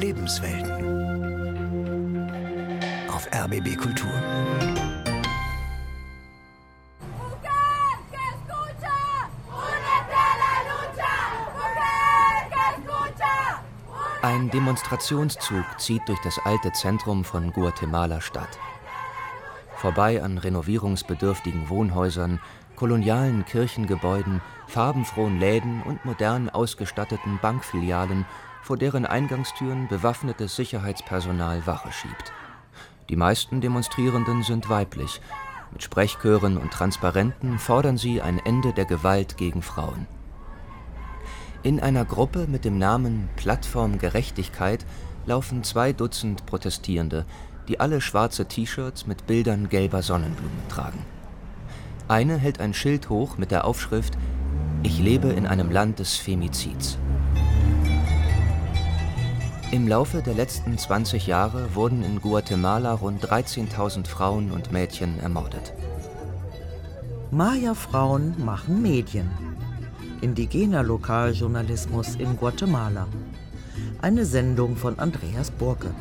Lebenswelten. Auf RBB Kultur. Ein Demonstrationszug zieht durch das alte Zentrum von Guatemala-Stadt. Vorbei an renovierungsbedürftigen Wohnhäusern, kolonialen Kirchengebäuden, farbenfrohen Läden und modern ausgestatteten Bankfilialen, vor deren Eingangstüren bewaffnetes Sicherheitspersonal Wache schiebt. Die meisten Demonstrierenden sind weiblich. Mit Sprechchören und Transparenten fordern sie ein Ende der Gewalt gegen Frauen. In einer Gruppe mit dem Namen Plattform Gerechtigkeit laufen 2 Dutzend Protestierende, die alle schwarze T-Shirts mit Bildern gelber Sonnenblumen tragen. Eine hält ein Schild hoch mit der Aufschrift »Ich lebe in einem Land des Femizids«. Im Laufe der letzten 20 Jahre wurden in Guatemala rund 13.000 Frauen und Mädchen ermordet. Maya-Frauen machen Medien. Indigener Lokaljournalismus in Guatemala. Eine Sendung von Andreas Burke.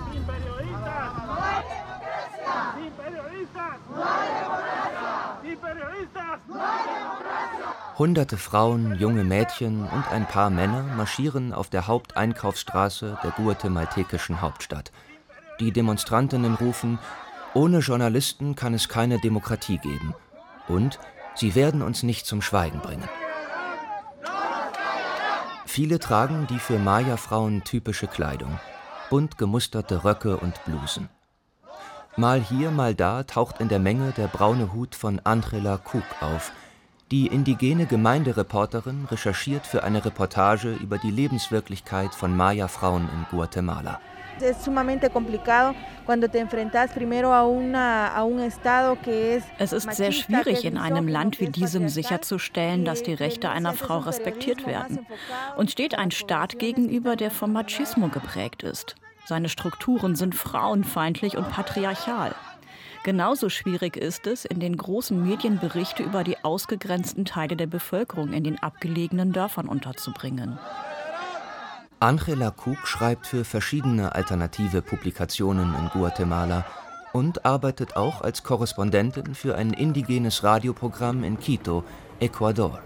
Hunderte Frauen, junge Mädchen und ein paar Männer marschieren auf der Haupteinkaufsstraße der guatemaltekischen Hauptstadt. Die Demonstrantinnen rufen: Ohne Journalisten kann es keine Demokratie geben. Und sie werden uns nicht zum Schweigen bringen. Viele tragen die für Maya-Frauen typische Kleidung, bunt gemusterte Röcke und Blusen. Mal hier, mal da taucht in der Menge der braune Hut von Angela Cook auf. Die indigene Gemeindereporterin recherchiert für eine Reportage über die Lebenswirklichkeit von Maya-Frauen in Guatemala. Es ist sehr schwierig, in einem Land wie diesem sicherzustellen, dass die Rechte einer Frau respektiert werden. Uns steht ein Staat gegenüber, der vom Machismo geprägt ist. Seine Strukturen sind frauenfeindlich und patriarchal. Genauso schwierig ist es, in den großen Medien Berichte über die ausgegrenzten Teile der Bevölkerung in den abgelegenen Dörfern unterzubringen. Angela Cook schreibt für verschiedene alternative Publikationen in Guatemala und arbeitet auch als Korrespondentin für ein indigenes Radioprogramm in Quito, Ecuador.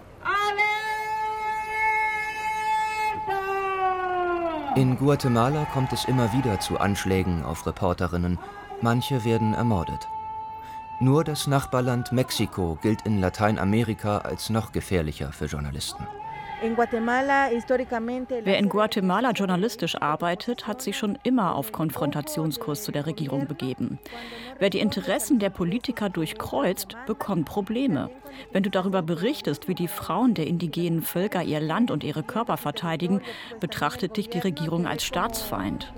In Guatemala kommt es immer wieder zu Anschlägen auf Reporterinnen. Manche werden ermordet. Nur das Nachbarland Mexiko gilt in Lateinamerika als noch gefährlicher für Journalisten. Wer in Guatemala journalistisch arbeitet, hat sich schon immer auf Konfrontationskurs zu der Regierung begeben. Wer die Interessen der Politiker durchkreuzt, bekommt Probleme. Wenn du darüber berichtest, wie die Frauen der indigenen Völker ihr Land und ihre Körper verteidigen, betrachtet dich die Regierung als Staatsfeind.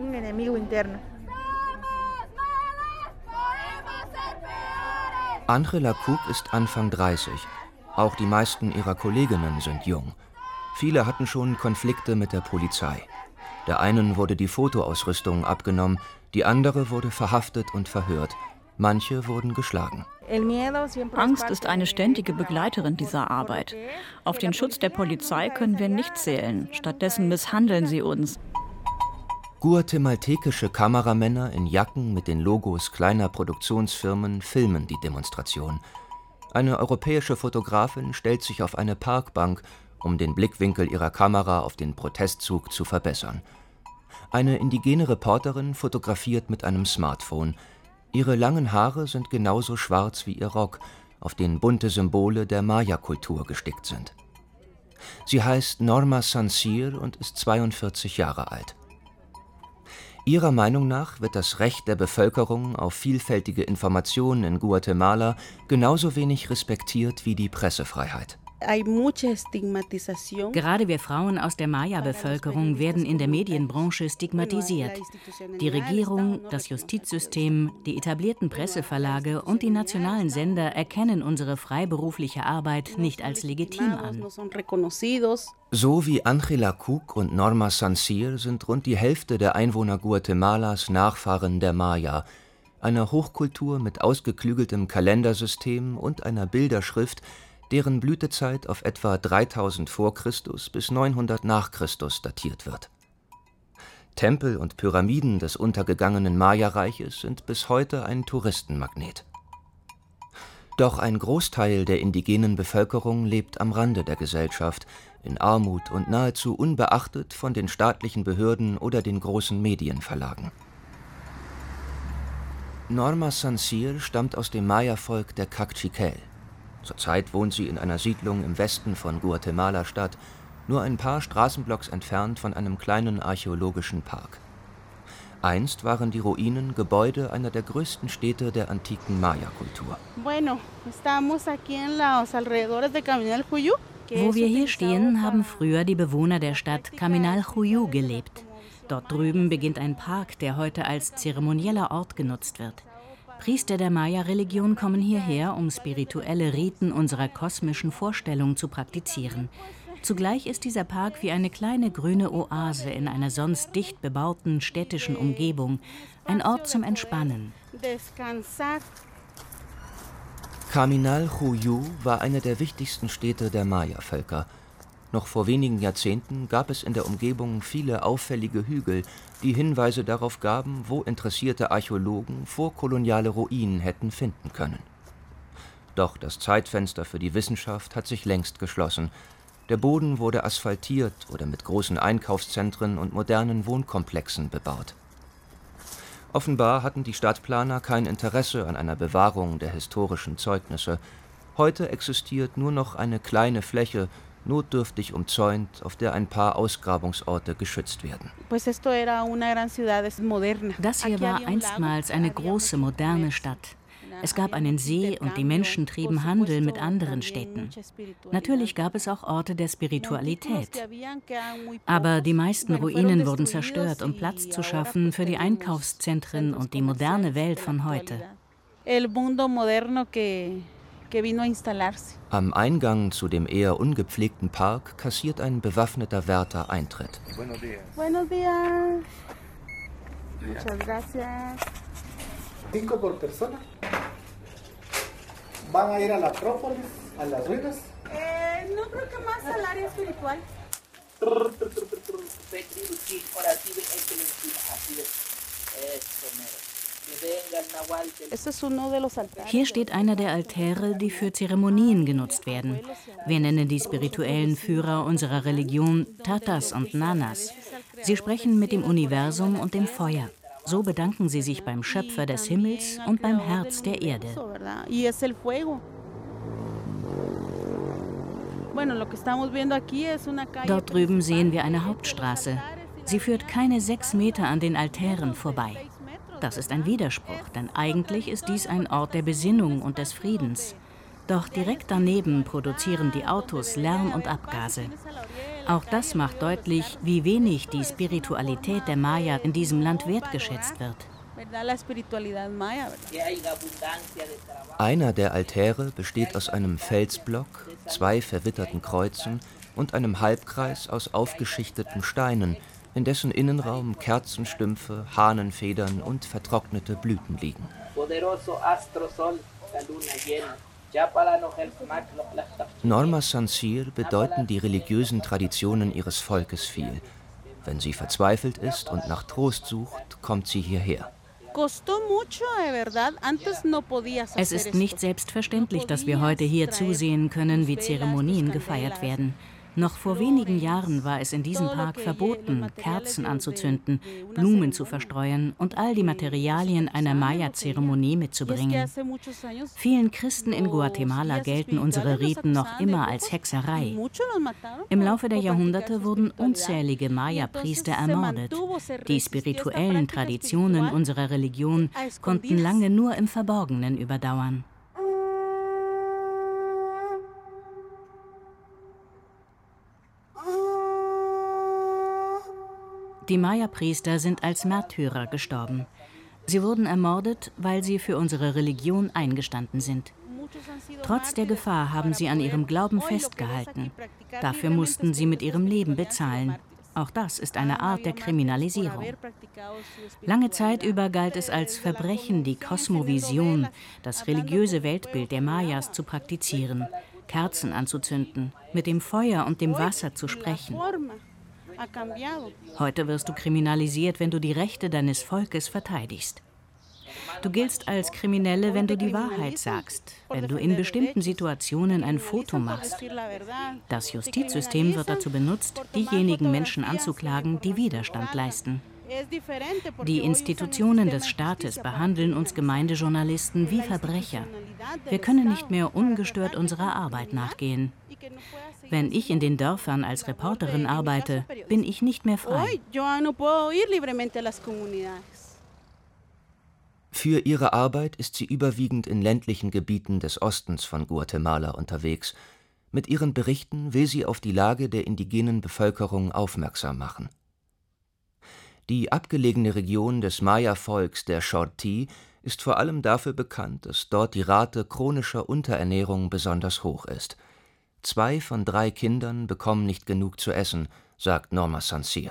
Angela Cook ist Anfang 30. Auch die meisten ihrer Kolleginnen sind jung. Viele hatten schon Konflikte mit der Polizei. Der einen wurde die Fotoausrüstung abgenommen, die andere wurde verhaftet und verhört. Manche wurden geschlagen. Angst ist eine ständige Begleiterin dieser Arbeit. Auf den Schutz der Polizei können wir nicht zählen. Stattdessen misshandeln sie uns. Guatemaltekische Kameramänner in Jacken mit den Logos kleiner Produktionsfirmen filmen die Demonstration. Eine europäische Fotografin stellt sich auf eine Parkbank, um den Blickwinkel ihrer Kamera auf den Protestzug zu verbessern. Eine indigene Reporterin fotografiert mit einem Smartphone. Ihre langen Haare sind genauso schwarz wie ihr Rock, auf den bunte Symbole der Maya-Kultur gestickt sind. Sie heißt Norma Sancir und ist 42 Jahre alt. Ihrer Meinung nach wird das Recht der Bevölkerung auf vielfältige Informationen in Guatemala genauso wenig respektiert wie die Pressefreiheit. Gerade wir Frauen aus der Maya-Bevölkerung werden in der Medienbranche stigmatisiert. Die Regierung, das Justizsystem, die etablierten Presseverlage und die nationalen Sender erkennen unsere freiberufliche Arbeit nicht als legitim an. So wie Angela Cook und Norma Sancir sind rund die Hälfte der Einwohner Guatemalas Nachfahren der Maya, einer Hochkultur mit ausgeklügeltem Kalendersystem und einer Bilderschrift, deren Blütezeit auf etwa 3000 vor Christus bis 900 nach Christus datiert wird. Tempel und Pyramiden des untergegangenen Maya-Reiches sind bis heute ein Touristenmagnet. Doch ein Großteil der indigenen Bevölkerung lebt am Rande der Gesellschaft, in Armut und nahezu unbeachtet von den staatlichen Behörden oder den großen Medienverlagen. Norma Sancir stammt aus dem Maya-Volk der Kaqchikel. Zurzeit wohnt sie in einer Siedlung im Westen von Guatemala-Stadt, nur ein paar Straßenblocks entfernt von einem kleinen archäologischen Park. Einst waren die Ruinen Gebäude einer der größten Städte der antiken Maya-Kultur. Wo wir hier stehen, haben früher die Bewohner der Stadt Caminaljuyu gelebt. Dort drüben beginnt ein Park, der heute als zeremonieller Ort genutzt wird. Priester der Maya-Religion kommen hierher, um spirituelle Riten unserer kosmischen Vorstellung zu praktizieren. Zugleich ist dieser Park wie eine kleine grüne Oase in einer sonst dicht bebauten städtischen Umgebung, ein Ort zum Entspannen. Caminaljuyu war eine der wichtigsten Städte der Maya-Völker. Noch vor wenigen Jahrzehnten gab es in der Umgebung viele auffällige Hügel, die Hinweise darauf gaben, wo interessierte Archäologen vorkoloniale Ruinen hätten finden können. Doch das Zeitfenster für die Wissenschaft hat sich längst geschlossen. Der Boden wurde asphaltiert oder mit großen Einkaufszentren und modernen Wohnkomplexen bebaut. Offenbar hatten die Stadtplaner kein Interesse an einer Bewahrung der historischen Zeugnisse. Heute existiert nur noch eine kleine Fläche, notdürftig umzäunt, auf der ein paar Ausgrabungsorte geschützt werden. Das hier war einstmals eine große, moderne Stadt. Es gab einen See und die Menschen trieben Handel mit anderen Städten. Natürlich gab es auch Orte der Spiritualität. Aber die meisten Ruinen wurden zerstört, um Platz zu schaffen für die Einkaufszentren und die moderne Welt von heute. Am Eingang zu dem eher ungepflegten Park kassiert ein bewaffneter Wärter Eintritt. Buenos días. Muchas gracias. 5 por persona. ¿Van a ir a la Acrópolis, a las ruinas? No creo que más al área espiritual. Hier steht einer der Altäre, die für Zeremonien genutzt werden. Wir nennen die spirituellen Führer unserer Religion Tatas und Nanas. Sie sprechen mit dem Universum und dem Feuer. So bedanken sie sich beim Schöpfer des Himmels und beim Herz der Erde. Dort drüben sehen wir eine Hauptstraße. Sie führt keine 6 Meter an den Altären vorbei. Das ist ein Widerspruch, denn eigentlich ist dies ein Ort der Besinnung und des Friedens. Doch direkt daneben produzieren die Autos Lärm und Abgase. Auch das macht deutlich, wie wenig die Spiritualität der Maya in diesem Land wertgeschätzt wird. Einer der Altäre besteht aus einem Felsblock, 2 verwitterten Kreuzen und einem Halbkreis aus aufgeschichteten Steinen, in dessen Innenraum Kerzenstümpfe, Hahnenfedern und vertrocknete Blüten liegen. Norma Sancir bedeuten die religiösen Traditionen ihres Volkes viel. Wenn sie verzweifelt ist und nach Trost sucht, kommt sie hierher. Es ist nicht selbstverständlich, dass wir heute hier zusehen können, wie Zeremonien gefeiert werden. Noch vor wenigen Jahren war es in diesem Park verboten, Kerzen anzuzünden, Blumen zu verstreuen und all die Materialien einer Maya-Zeremonie mitzubringen. Vielen Christen in Guatemala gelten unsere Riten noch immer als Hexerei. Im Laufe der Jahrhunderte wurden unzählige Maya-Priester ermordet. Die spirituellen Traditionen unserer Religion konnten lange nur im Verborgenen überdauern. Die Maya-Priester sind als Märtyrer gestorben. Sie wurden ermordet, weil sie für unsere Religion eingestanden sind. Trotz der Gefahr haben sie an ihrem Glauben festgehalten. Dafür mussten sie mit ihrem Leben bezahlen. Auch das ist eine Art der Kriminalisierung. Lange Zeit über galt es als Verbrechen, die Kosmovision, das religiöse Weltbild der Mayas zu praktizieren, Kerzen anzuzünden, mit dem Feuer und dem Wasser zu sprechen. Heute wirst du kriminalisiert, wenn du die Rechte deines Volkes verteidigst. Du giltst als Kriminelle, wenn du die Wahrheit sagst, wenn du in bestimmten Situationen ein Foto machst. Das Justizsystem wird dazu benutzt, diejenigen Menschen anzuklagen, die Widerstand leisten. Die Institutionen des Staates behandeln uns Gemeindejournalisten wie Verbrecher. Wir können nicht mehr ungestört unserer Arbeit nachgehen. Wenn ich in den Dörfern als Reporterin arbeite, bin ich nicht mehr frei. Für ihre Arbeit ist sie überwiegend in ländlichen Gebieten des Ostens von Guatemala unterwegs. Mit ihren Berichten will sie auf die Lage der indigenen Bevölkerung aufmerksam machen. Die abgelegene Region des Maya-Volks der Chortí ist vor allem dafür bekannt, dass dort die Rate chronischer Unterernährung besonders hoch ist. 2 von 3 Kindern bekommen nicht genug zu essen, sagt Norma Sancir.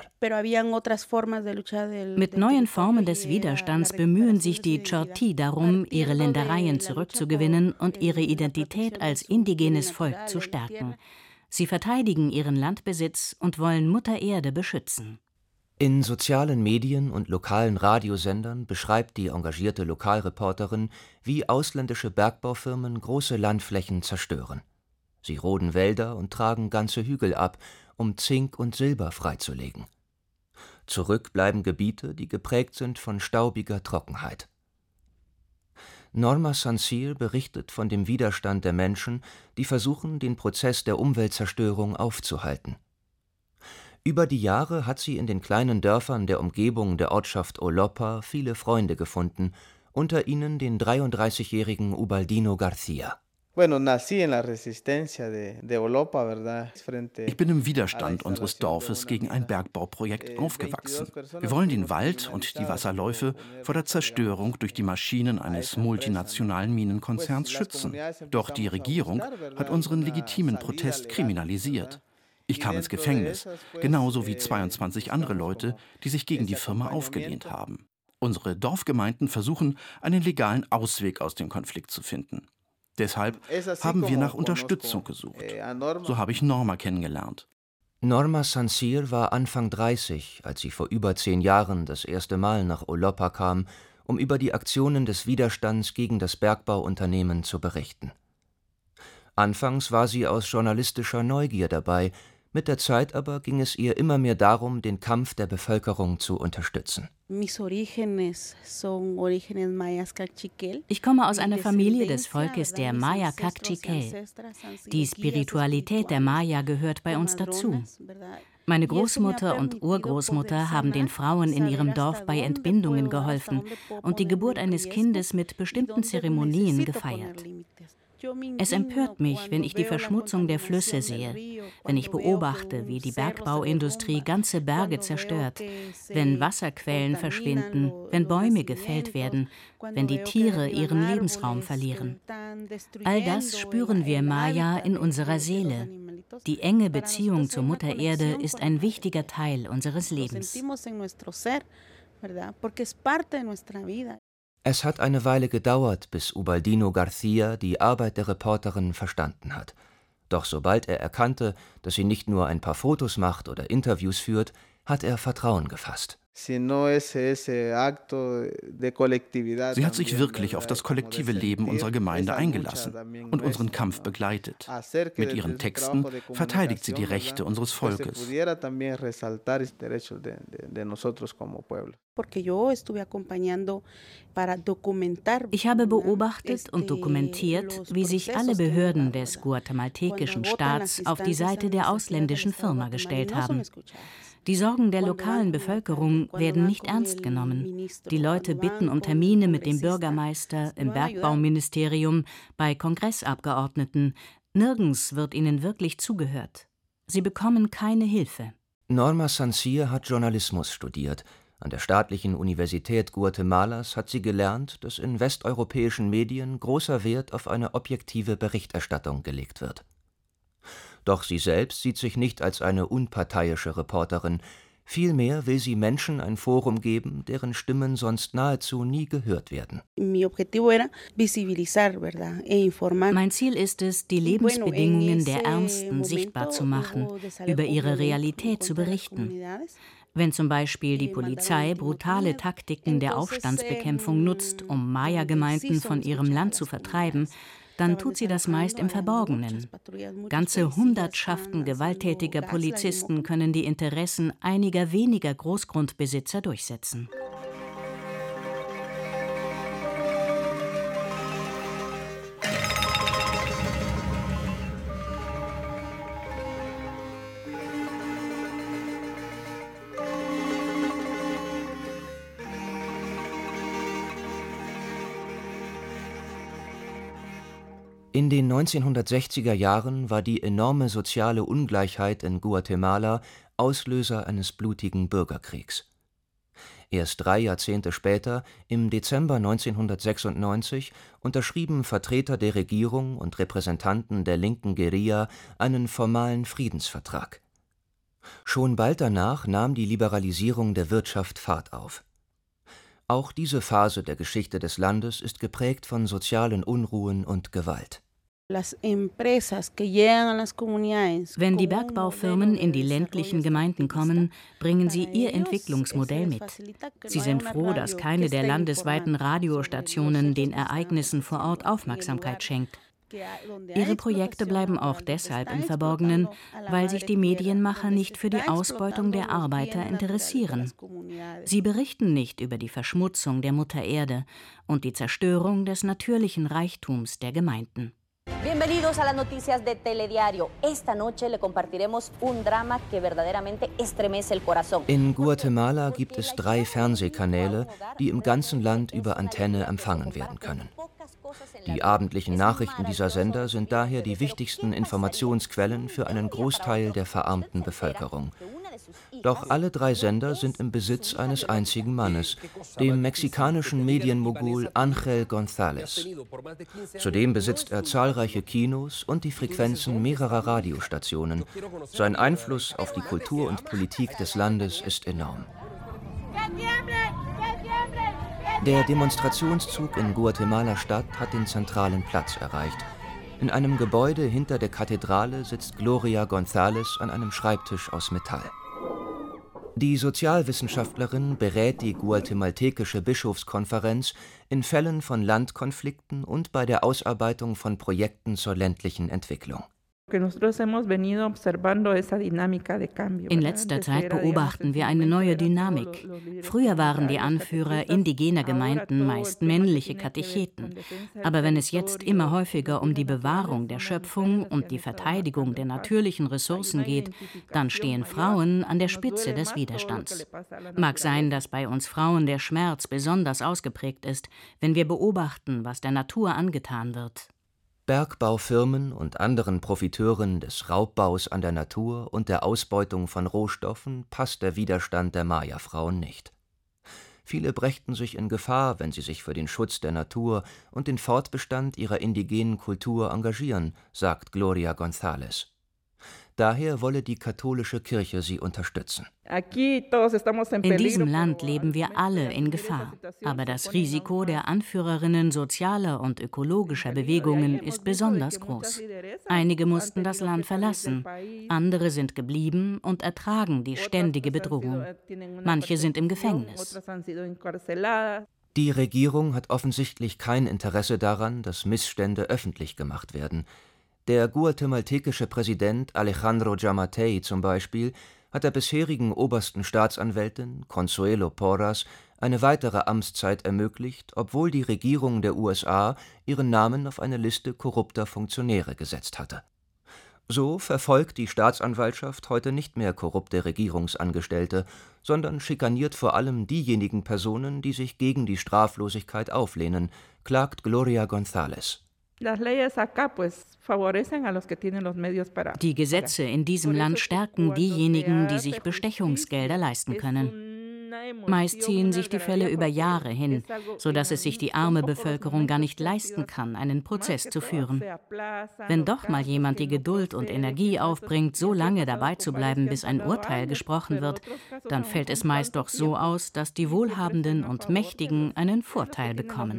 Mit neuen Formen des Widerstands bemühen sich die Chortí darum, ihre Ländereien zurückzugewinnen und ihre Identität als indigenes Volk zu stärken. Sie verteidigen ihren Landbesitz und wollen Mutter Erde beschützen. In sozialen Medien und lokalen Radiosendern beschreibt die engagierte Lokalreporterin, wie ausländische Bergbaufirmen große Landflächen zerstören. Sie roden Wälder und tragen ganze Hügel ab, um Zink und Silber freizulegen. Zurück bleiben Gebiete, die geprägt sind von staubiger Trockenheit. Norma Sancir berichtet von dem Widerstand der Menschen, die versuchen, den Prozess der Umweltzerstörung aufzuhalten. Über die Jahre hat sie in den kleinen Dörfern der Umgebung der Ortschaft Olopa viele Freunde gefunden, unter ihnen den 33-jährigen Ubaldino García. Ich bin im Widerstand unseres Dorfes gegen ein Bergbauprojekt aufgewachsen. Wir wollen den Wald und die Wasserläufe vor der Zerstörung durch die Maschinen eines multinationalen Minenkonzerns schützen. Doch die Regierung hat unseren legitimen Protest kriminalisiert. Ich kam ins Gefängnis, genauso wie 22 andere Leute, die sich gegen die Firma aufgelehnt haben. Unsere Dorfgemeinden versuchen, einen legalen Ausweg aus dem Konflikt zu finden. Deshalb haben wir nach Unterstützung gesucht. So habe ich Norma kennengelernt. Norma Sancir war Anfang 30, als sie vor über 10 Jahren das erste Mal nach Olopa kam, um über die Aktionen des Widerstands gegen das Bergbauunternehmen zu berichten. Anfangs war sie aus journalistischer Neugier dabei, mit der Zeit aber ging es ihr immer mehr darum, den Kampf der Bevölkerung zu unterstützen. Ich komme aus einer Familie des Volkes der Maya Kaqchikel. Die Spiritualität der Maya gehört bei uns dazu. Meine Großmutter und Urgroßmutter haben den Frauen in ihrem Dorf bei Entbindungen geholfen und die Geburt eines Kindes mit bestimmten Zeremonien gefeiert. Es empört mich, wenn ich die Verschmutzung der Flüsse sehe, wenn ich beobachte, wie die Bergbauindustrie ganze Berge zerstört, wenn Wasserquellen verschwinden, wenn Bäume gefällt werden, wenn die Tiere ihren Lebensraum verlieren. All das spüren wir Maya in unserer Seele. Die enge Beziehung zur Mutter Erde ist ein wichtiger Teil unseres Lebens. Es hat eine Weile gedauert, bis Ubaldino García die Arbeit der Reporterin verstanden hat. Doch sobald er erkannte, dass sie nicht nur ein paar Fotos macht oder Interviews führt, hat er Vertrauen gefasst. Sie hat sich wirklich auf das kollektive Leben unserer Gemeinde eingelassen und unseren Kampf begleitet. Mit ihren Texten verteidigt sie die Rechte unseres Volkes. Ich habe beobachtet und dokumentiert, wie sich alle Behörden des guatemaltekischen Staats auf die Seite der ausländischen Firma gestellt haben. Die Sorgen der lokalen Bevölkerung werden nicht ernst genommen. Die Leute bitten um Termine mit dem Bürgermeister, im Bergbauministerium, bei Kongressabgeordneten. Nirgends wird ihnen wirklich zugehört. Sie bekommen keine Hilfe. Norma Sancir hat Journalismus studiert. An der Staatlichen Universität Guatemalas hat sie gelernt, dass in westeuropäischen Medien großer Wert auf eine objektive Berichterstattung gelegt wird. Doch sie selbst sieht sich nicht als eine unparteiische Reporterin. Vielmehr will sie Menschen ein Forum geben, deren Stimmen sonst nahezu nie gehört werden. Mein Ziel ist es, die Lebensbedingungen der Ärmsten sichtbar zu machen, über ihre Realität zu berichten. Wenn zum Beispiel die Polizei brutale Taktiken der Aufstandsbekämpfung nutzt, um Maya-Gemeinden von ihrem Land zu vertreiben, dann tut sie das meist im Verborgenen. Ganze Hundertschaften gewalttätiger Polizisten können die Interessen einiger weniger Großgrundbesitzer durchsetzen. In den 1960er Jahren war die enorme soziale Ungleichheit in Guatemala Auslöser eines blutigen Bürgerkriegs. Erst 3 Jahrzehnte später, im Dezember 1996, unterschrieben Vertreter der Regierung und Repräsentanten der linken Guerilla einen formalen Friedensvertrag. Schon bald danach nahm die Liberalisierung der Wirtschaft Fahrt auf. Auch diese Phase der Geschichte des Landes ist geprägt von sozialen Unruhen und Gewalt. Wenn die Bergbaufirmen in die ländlichen Gemeinden kommen, bringen sie ihr Entwicklungsmodell mit. Sie sind froh, dass keine der landesweiten Radiostationen den Ereignissen vor Ort Aufmerksamkeit schenkt. Ihre Projekte bleiben auch deshalb im Verborgenen, weil sich die Medienmacher nicht für die Ausbeutung der Arbeiter interessieren. Sie berichten nicht über die Verschmutzung der Mutter Erde und die Zerstörung des natürlichen Reichtums der Gemeinden. Bienvenidos a las noticias de Telediario. Esta noche le compartiremos un drama que verdaderamente estremece el corazón. In Guatemala gibt es 3 Fernsehkanäle, die im ganzen Land über Antenne empfangen werden können. Die abendlichen Nachrichten dieser Sender sind daher die wichtigsten Informationsquellen für einen Großteil der verarmten Bevölkerung. Doch alle 3 Sender sind im Besitz eines einzigen Mannes, dem mexikanischen Medienmogul Ángel González. Zudem besitzt er zahlreiche Kinos und die Frequenzen mehrerer Radiostationen. Sein Einfluss auf die Kultur und Politik des Landes ist enorm. Der Demonstrationszug in Guatemala-Stadt hat den zentralen Platz erreicht. In einem Gebäude hinter der Kathedrale sitzt Gloria González an einem Schreibtisch aus Metall. Die Sozialwissenschaftlerin berät die guatemaltekische Bischofskonferenz in Fällen von Landkonflikten und bei der Ausarbeitung von Projekten zur ländlichen Entwicklung. In letzter Zeit beobachten wir eine neue Dynamik. Früher waren die Anführer indigener Gemeinden meist männliche Katecheten. Aber wenn es jetzt immer häufiger um die Bewahrung der Schöpfung und die Verteidigung der natürlichen Ressourcen geht, dann stehen Frauen an der Spitze des Widerstands. Mag sein, dass bei uns Frauen der Schmerz besonders ausgeprägt ist, wenn wir beobachten, was der Natur angetan wird. Bergbaufirmen und anderen Profiteuren des Raubbaus an der Natur und der Ausbeutung von Rohstoffen passt der Widerstand der Maya-Frauen nicht. Viele brächten sich in Gefahr, wenn sie sich für den Schutz der Natur und den Fortbestand ihrer indigenen Kultur engagieren, sagt Gloria González. Daher wolle die katholische Kirche sie unterstützen. In diesem Land leben wir alle in Gefahr. Aber das Risiko der Anführerinnen sozialer und ökologischer Bewegungen ist besonders groß. Einige mussten das Land verlassen, andere sind geblieben und ertragen die ständige Bedrohung. Manche sind im Gefängnis. Die Regierung hat offensichtlich kein Interesse daran, dass Missstände öffentlich gemacht werden. Der guatemaltekische Präsident Alejandro Giammattei zum Beispiel hat der bisherigen obersten Staatsanwältin Consuelo Porras eine weitere Amtszeit ermöglicht, obwohl die Regierung der USA ihren Namen auf eine Liste korrupter Funktionäre gesetzt hatte. So verfolgt die Staatsanwaltschaft heute nicht mehr korrupte Regierungsangestellte, sondern schikaniert vor allem diejenigen Personen, die sich gegen die Straflosigkeit auflehnen, klagt Gloria González. Die Gesetze in diesem Land stärken diejenigen, die sich Bestechungsgelder leisten können. Meist ziehen sich die Fälle über Jahre hin, sodass es sich die arme Bevölkerung gar nicht leisten kann, einen Prozess zu führen. Wenn doch mal jemand die Geduld und Energie aufbringt, so lange dabei zu bleiben, bis ein Urteil gesprochen wird, dann fällt es meist doch so aus, dass die Wohlhabenden und Mächtigen einen Vorteil bekommen.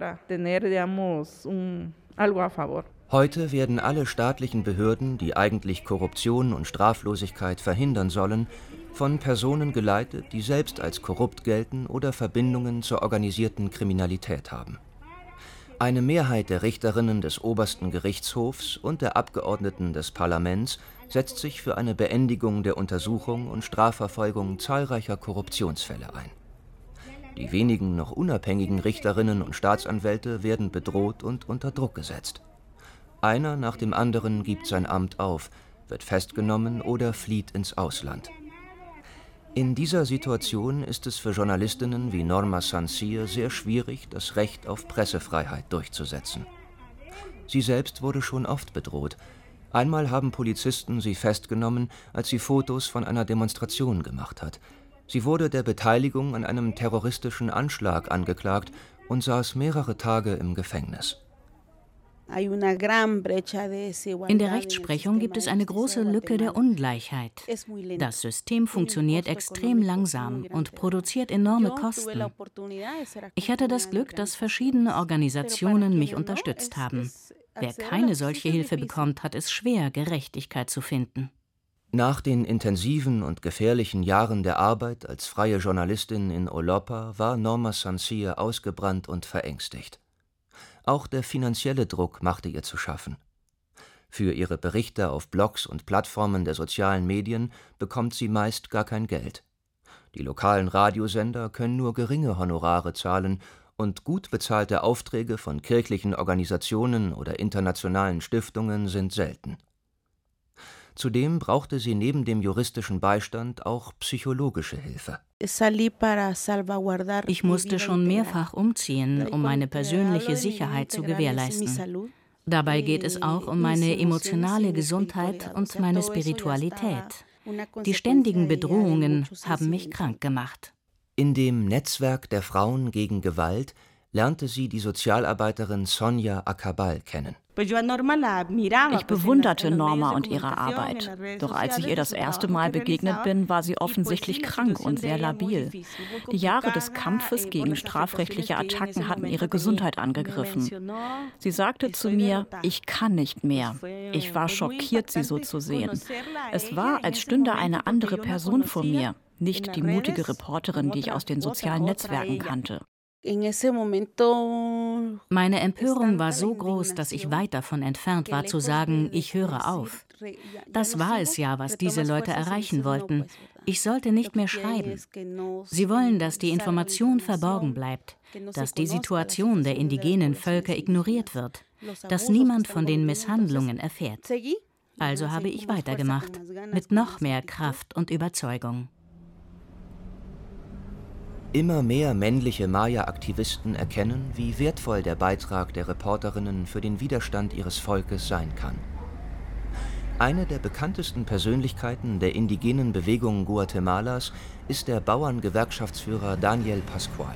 Heute werden alle staatlichen Behörden, die eigentlich Korruption und Straflosigkeit verhindern sollen, von Personen geleitet, die selbst als korrupt gelten oder Verbindungen zur organisierten Kriminalität haben. Eine Mehrheit der Richterinnen des obersten Gerichtshofs und der Abgeordneten des Parlaments setzt sich für eine Beendigung der Untersuchung und Strafverfolgung zahlreicher Korruptionsfälle ein. Die wenigen noch unabhängigen Richterinnen und Staatsanwälte werden bedroht und unter Druck gesetzt. Einer nach dem anderen gibt sein Amt auf, wird festgenommen oder flieht ins Ausland. In dieser Situation ist es für Journalistinnen wie Norma Sancir sehr schwierig, das Recht auf Pressefreiheit durchzusetzen. Sie selbst wurde schon oft bedroht. Einmal haben Polizisten sie festgenommen, als sie Fotos von einer Demonstration gemacht hat. Sie wurde der Beteiligung an einem terroristischen Anschlag angeklagt und saß mehrere Tage im Gefängnis. In der Rechtsprechung gibt es eine große Lücke der Ungleichheit. Das System funktioniert extrem langsam und produziert enorme Kosten. Ich hatte das Glück, dass verschiedene Organisationen mich unterstützt haben. Wer keine solche Hilfe bekommt, hat es schwer, Gerechtigkeit zu finden. Nach den intensiven und gefährlichen Jahren der Arbeit als freie Journalistin in Olopa war Norma Sancir ausgebrannt und verängstigt. Auch der finanzielle Druck machte ihr zu schaffen. Für ihre Berichte auf Blogs und Plattformen der sozialen Medien bekommt sie meist gar kein Geld. Die lokalen Radiosender können nur geringe Honorare zahlen und gut bezahlte Aufträge von kirchlichen Organisationen oder internationalen Stiftungen sind selten. Zudem brauchte sie neben dem juristischen Beistand auch psychologische Hilfe. Ich musste schon mehrfach umziehen, um meine persönliche Sicherheit zu gewährleisten. Dabei geht es auch um meine emotionale Gesundheit und meine Spiritualität. Die ständigen Bedrohungen haben mich krank gemacht. In dem Netzwerk der Frauen gegen Gewalt lernte sie die Sozialarbeiterin Sonja Acabal kennen. Ich bewunderte Norma und ihre Arbeit. Doch als ich ihr das erste Mal begegnet bin, war sie offensichtlich krank und sehr labil. Die Jahre des Kampfes gegen strafrechtliche Attacken hatten ihre Gesundheit angegriffen. Sie sagte zu mir, ich kann nicht mehr. Ich war schockiert, sie so zu sehen. Es war, als stünde eine andere Person vor mir, nicht die mutige Reporterin, die ich aus den sozialen Netzwerken kannte. Meine Empörung war so groß, dass ich weit davon entfernt war zu sagen, ich höre auf. Das war es ja, was diese Leute erreichen wollten. Ich sollte nicht mehr schreiben. Sie wollen, dass die Information verborgen bleibt, dass die Situation der indigenen Völker ignoriert wird, dass niemand von den Misshandlungen erfährt. Also habe ich weitergemacht, mit noch mehr Kraft und Überzeugung. Immer mehr männliche Maya-Aktivisten erkennen, wie wertvoll der Beitrag der Reporterinnen für den Widerstand ihres Volkes sein kann. Eine der bekanntesten Persönlichkeiten der indigenen Bewegung Guatemalas ist der Bauerngewerkschaftsführer Daniel Pascual.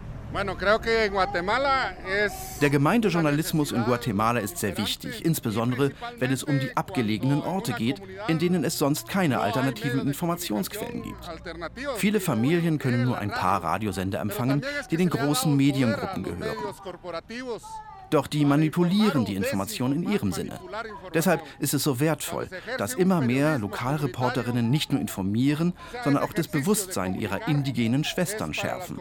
Der Gemeindejournalismus in Guatemala ist sehr wichtig, insbesondere wenn es um die abgelegenen Orte geht, in denen es sonst keine alternativen Informationsquellen gibt. Viele Familien können nur ein paar Radiosender empfangen, die den großen Mediengruppen gehören. Doch die manipulieren die Information in ihrem Sinne. Deshalb ist es so wertvoll, dass immer mehr Lokalreporterinnen nicht nur informieren, sondern auch das Bewusstsein ihrer indigenen Schwestern schärfen.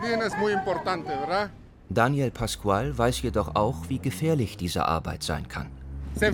Daniel Pascual weiß jedoch auch, wie gefährlich diese Arbeit sein kann. Sie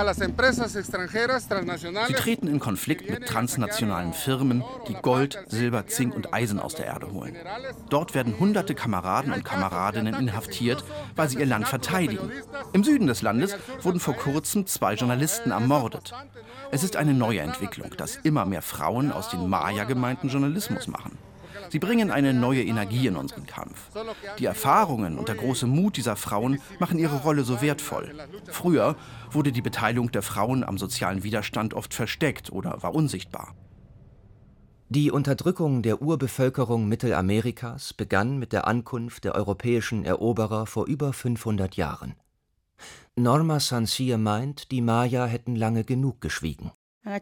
treten in Konflikt mit transnationalen Firmen, die Gold, Silber, Zink und Eisen aus der Erde holen. Dort werden hunderte Kameraden und Kameradinnen inhaftiert, weil sie ihr Land verteidigen. Im Süden des Landes wurden vor kurzem 2 Journalisten ermordet. Es ist eine neue Entwicklung, dass immer mehr Frauen aus den Maya-Gemeinden Journalismus machen. Sie bringen eine neue Energie in unseren Kampf. Die Erfahrungen und der große Mut dieser Frauen machen ihre Rolle so wertvoll. Früher wurde die Beteiligung der Frauen am sozialen Widerstand oft versteckt oder war unsichtbar. Die Unterdrückung der Urbevölkerung Mittelamerikas begann mit der Ankunft der europäischen Eroberer vor über 500 Jahren. Norma Sancia meint, die Maya hätten lange genug geschwiegen.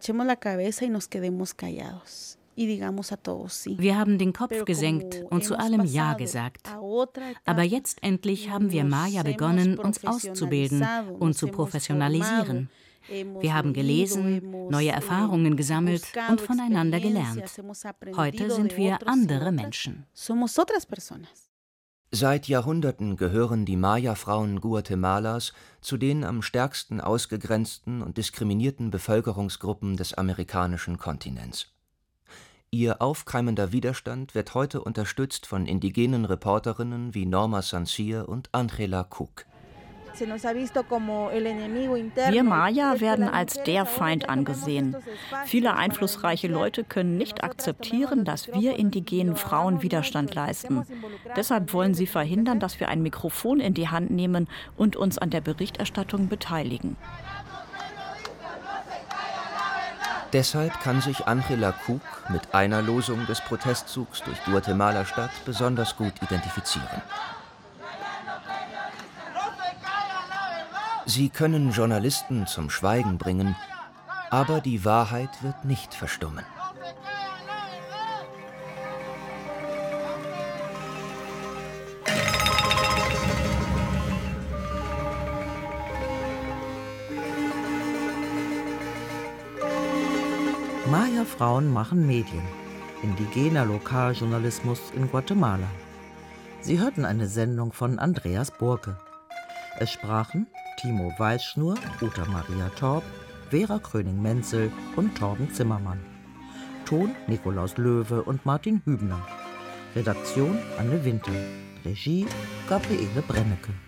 Wir haben den Kopf gesenkt und zu allem Ja gesagt. Aber jetzt endlich haben wir Maya begonnen, uns auszubilden und zu professionalisieren. Wir haben gelesen, neue Erfahrungen gesammelt und voneinander gelernt. Heute sind wir andere Menschen. Seit Jahrhunderten gehören die Maya-Frauen Guatemalas zu den am stärksten ausgegrenzten und diskriminierten Bevölkerungsgruppen des amerikanischen Kontinents. Ihr aufkeimender Widerstand wird heute unterstützt von indigenen Reporterinnen wie Norma Sancia und Angela Cook. Wir Maya werden als der Feind angesehen. Viele einflussreiche Leute können nicht akzeptieren, dass wir indigenen Frauen Widerstand leisten. Deshalb wollen sie verhindern, dass wir ein Mikrofon in die Hand nehmen und uns an der Berichterstattung beteiligen. Deshalb kann sich Angela Cook mit einer Losung des Protestzugs durch Guatemala-Stadt besonders gut identifizieren. Sie können Journalisten zum Schweigen bringen, aber die Wahrheit wird nicht verstummen. Maya-Frauen machen Medien. Indigener Lokaljournalismus in Guatemala. Sie hörten eine Sendung von Andreas Burke. Es sprachen Timo Weißschnur, Uta Maria Torb, Vera Kröning-Menzel und Torben Zimmermann. Ton Nikolaus Löwe und Martin Hübner. Redaktion Anne Winter. Regie Gabriele Brennecke.